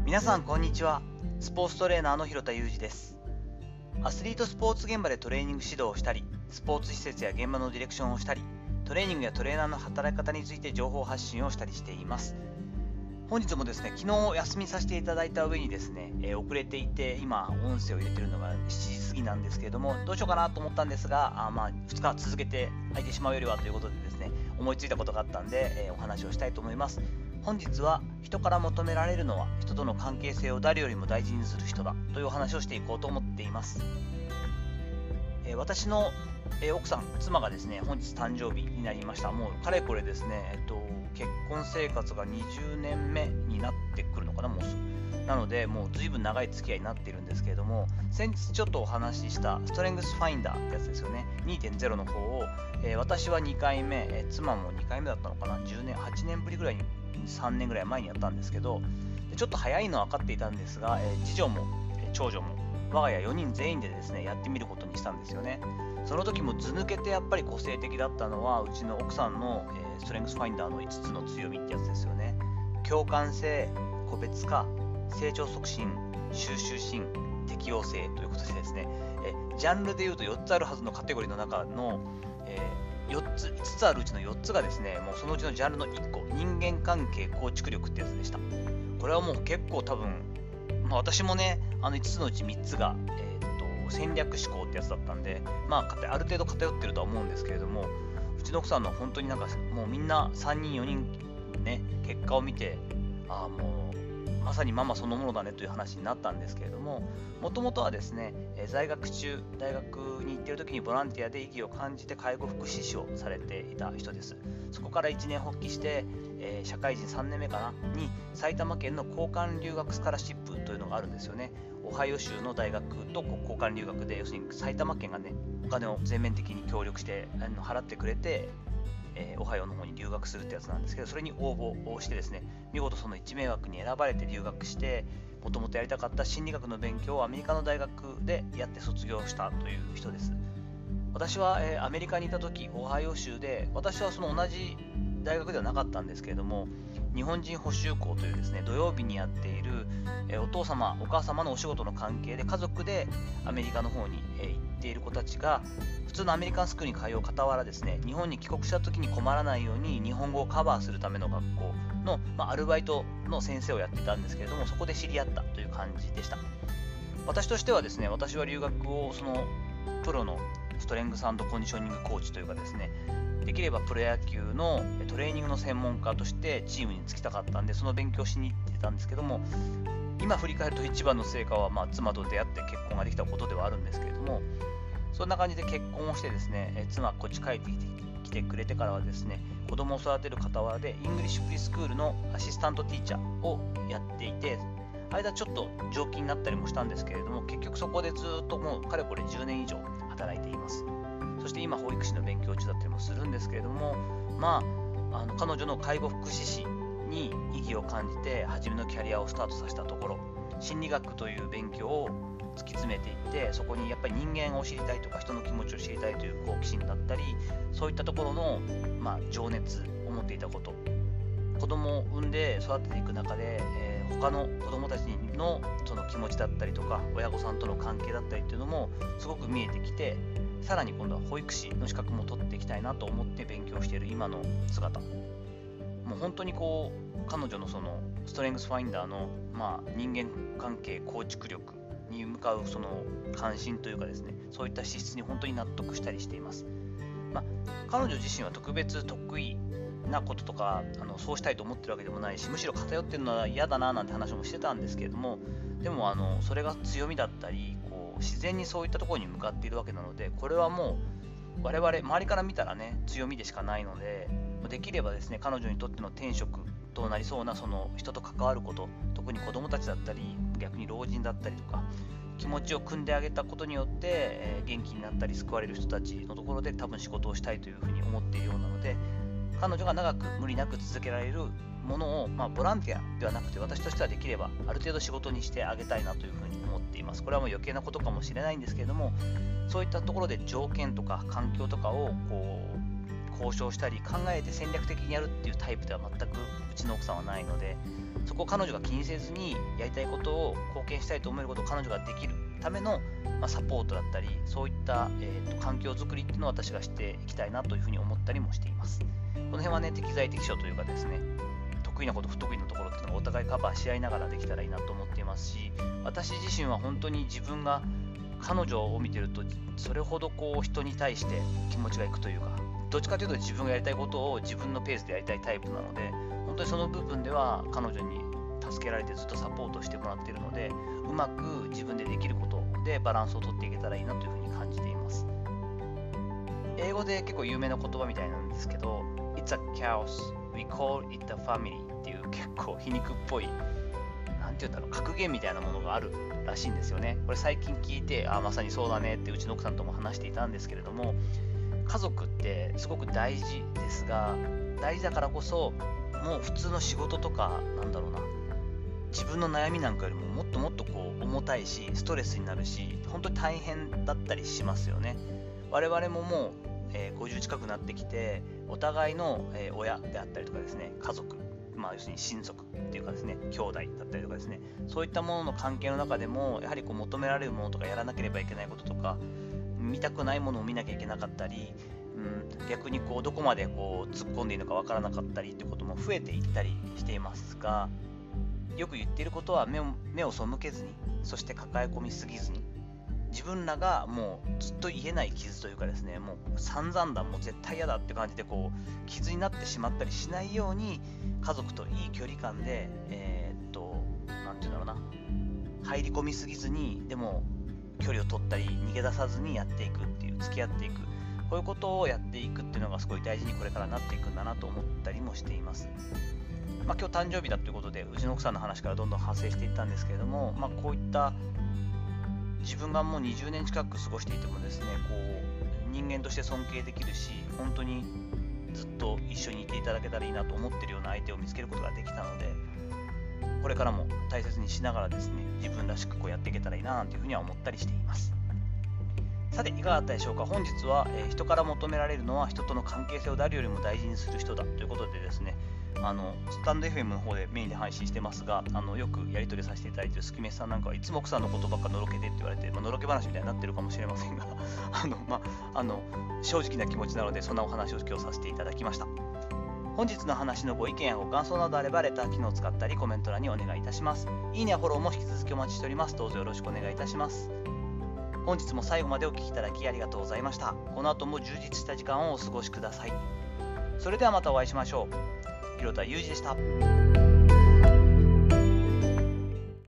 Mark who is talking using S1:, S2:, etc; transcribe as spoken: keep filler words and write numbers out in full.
S1: 皆さんこんにちは。スポーツトレーナーの広田裕二です。アスリートスポーツ現場でトレーニング指導をしたり、スポーツ施設や現場のディレクションをしたり、トレーニングやトレーナーの働き方について情報発信をしたりしています。本日もですね、昨日休みさせていただいた上にですね、えー、遅れていて今音声を入れているのがしちじ過ぎなんですけれども、どうしようかなと思ったんですが、あまあふつか続けて空いてしまうよりはということでですね、思いついたことがあったんで、えー、お話をしたいと思います。本日は人から求められるのは人との関係性を誰よりも大事にする人だというお話をしていこうと思っています。えー、私の、えー、奥さん、妻がですね、本日誕生日になりました。もうかれこれですね、えっと、結婚生活がにじゅうねんめになってくるのかな、もうすぐ。なので、もう随分長い付き合いになっているんですけれども、先日ちょっとお話ししたストレングスファインダーってやつですよね、にてんゼロ の方を、えー、私はにかいめ、えー、妻もにかいめだったのかな、じゅうねん、はちねんぶりぐらいにさんねんぐらい前にやったんですけど、ちょっと早いのは分かっていたんですが、えー、次女も、えー、長女も我が家よにん全員でですねやってみることにしたんですよね。その時も図抜けてやっぱり個性的だったのはうちの奥さんの、えー、ストレングスファインダーのいつつの強みってやつですよね。共感性、個別化、成長促進、収集心、適応性ということでですね、えー、ジャンルでいうとよっつあるはずのカテゴリーの中の、えーよっつ、いつつあるうちのよっつがですね、もうそのうちのジャンルのいっこ、人間関係構築力ってやつでした。これはもう結構多分、まあ、私もね、あのいつつのうちみっつが、えー、と戦略思考ってやつだったんで、まあ、ある程度偏ってるとは思うんですけれども、うちの奥さんの本当になんかもうみんなさんにんよにんね、結果を見て、ああもうまさにママそのものだねという話になったんですけれども、もともとはですね、えー、在学中、大学に行っている時にボランティアで意義を感じて介護福祉士をされていた人です。そこから一年発起して、えー、社会人さんねんめかなに埼玉県の交換留学スカラシップというのがあるんですよね。オハイオ州の大学と交換留学で、要するに埼玉県がね、お金を全面的に協力してあの払ってくれて、えー、オハイオの方に留学するってやつなんですけど、それに応募をしてですね、見事そのいち名枠に選ばれて留学して、もともとやりたかった心理学の勉強をアメリカの大学でやって卒業したという人です。私は、えー、アメリカにいた時、オハイオ州で、私はその同じ大学ではなかったんですけれども、日本人補習校というですね、土曜日にやっている、えー、お父様、お母様のお仕事の関係で家族でアメリカの方に、えー、行っている子たちが、普通のアメリカンスクールに通う傍らですね、日本に帰国した時に困らないように日本語をカバーするための学校の、まあ、アルバイトの先生をやっていたんですけれども、そこで知り合ったという感じでした。私としてはですね、私は留学をそのプロのストレングス&コンディショニングコーチというかですね、できればプロ野球のトレーニングの専門家としてチームに就きたかったんで、その勉強しに行ってたんですけども、今振り返ると一番の成果は、まあ、妻と出会って結婚ができたことではあるんですけれども、そんな感じで結婚をしてですね、え妻がこっち帰ってきてくれてからはですね、子供を育てる傍らでイングリッシュプリスクールのアシスタントティーチャーをやっていて、間ちょっと常勤になったりもしたんですけれども、結局そこでずっともうかれこれじゅうねん以上働いています。そして今保育士の勉強中だったりもするんですけれども、まあ、あの彼女の介護福祉士に意義を感じて初めのキャリアをスタートさせたところ、心理学という勉強を突き詰めていって、そこにやっぱり人間を知りたいとか人の気持ちを知りたいという好奇心だったり、そういったところの、まあ、情熱を持っていたこと、子供を産んで育てていく中で、えー、他の子供たちのその気持ちだったりとか親御さんとの関係だったりっていうのもすごく見えてきて、さらに今度は保育士の資格も取っていきたいなと思って勉強している今の姿、もう本当にこう彼女のそのストレングスファインダーの、まあ、人間関係構築力に向かうその関心というかですね、そういった資質に本当に納得したりしています。まあ、彼女自身は特別得意なこととかあのそうしたいと思ってるわけでもないし、むしろ偏ってるのは嫌だななんて話もしてたんですけれども、でもあのそれが強みだったり、こう自然にそういったところに向かっているわけなので、これはもう我々周りから見たらね強みでしかないので、できればですね彼女にとっての天職となりそうなその人と関わること、特に子どもたちだったり逆に老人だったりとか、気持ちを汲んであげたことによって、えー、元気になったり救われる人たちのところで多分仕事をしたいというふうに思っているようなので、彼女が長く無理なく続けられるものを、まあ、ボランティアではなくて私としてはできればある程度仕事にしてあげたいなというふうに思っています。これはもう余計なことかもしれないんですけれども、そういったところで条件とか環境とかをこう交渉したり考えて戦略的にやるっていうタイプでは全くうちの奥さんはないので、そこを彼女が気にせずにやりたいことを貢献したいと思えることを彼女ができるための、まあ、サポートだったり、そういった、えーと、環境づくりっていうのを私がしていきたいなというふうに思ったりもしています。この辺はね、適材適所というかですね、得意なこと不得意なところっていうのがお互いカバーし合いながらできたらいいなと思っていますし、私自身は本当に自分が彼女を見てるとそれほどこう人に対して気持ちがいくというか、どっちかというと自分がやりたいことを自分のペースでやりたいタイプなので、本当にその部分では彼女に助けられてずっとサポートしてもらっているので、うまく自分でできることでバランスをとっていけたらいいなというふうに感じています。英語で結構有名な言葉みたいなんですけど、 It's a chaos, we call it a family っていう結構皮肉っぽい、なんていうんだろう、格言みたいなものがあるらしいんですよね。これ最近聞いて、あ、まさにそうだねってうちの奥さんとも話していたんですけれども、家族ってすごく大事ですが、大事だからこそもう普通の仕事とか、なんだろうな、自分の悩みなんかよりももっともっとこう重たいし、ストレスになるし、本当に大変だったりしますよね。我々ももう、えー、ごじゅう近くなってきて、お互いの、えー、親であったりとかですね、家族、まあ、要するに親族っていうかですね、兄弟だったりとかですね、そういったものの関係の中でもやはりこう求められるものとかやらなければいけないこととか、見たくないものを見なきゃいけなかったり、うん、逆にこうどこまでこう突っ込んでいいのかわからなかったりってことも増えていったりしていますが、よく言っていることは目を、目を背けずに、そして抱え込みすぎずに、自分らがもうずっと言えない傷というかですね、もう散々だ、もう絶対嫌だって感じでこう傷になってしまったりしないように、家族といい距離感で、えー、っとなんていうんだろうな、入り込みすぎずに、でも距離を取ったり逃げ出さずにやっていくっていう、付き合っていく、こういうことをやっていくっていうのがすごい大事にこれからなっていくんだなと思ったりもしています。まあ、今日誕生日だということで、うちの奥さんの話からどんどん派生していったんですけれども、まあ、こういった自分がもうにじゅうねん近く過ごしていてもですね、こう人間として尊敬できるし、本当にずっと一緒にいていただけたらいいなと思っているような相手を見つけることができたので、これからも大切にしながらですね、自分らしくこうやっていけたらいいななんていうふうには思ったりしています。さていかがだったでしょうか。本日は、えー、人から求められるのは人との関係性を誰よりも大事にする人だということでですね、あのスタンド エフエム の方でメインで配信してますが、あのよくやり取りさせていただいているスキメスさんなんかはいつも奥さんのことばっかのろけてって言われて、まあのろけ話みたいになってるかもしれませんがあの、まあ、あの正直な気持ちなので、そんなお話を今日させていただきました。本日の話のご意見やご感想などあればレター機能を使ったりコメント欄にお願いいたします。いいねやフォローも引き続きお待ちしております。どうぞよろしくお願いいたします。本日も最後までお聞きいただきありがとうございました。この後も充実した時間をお過ごしください。それではまたお会いしましょう。広田裕二でした。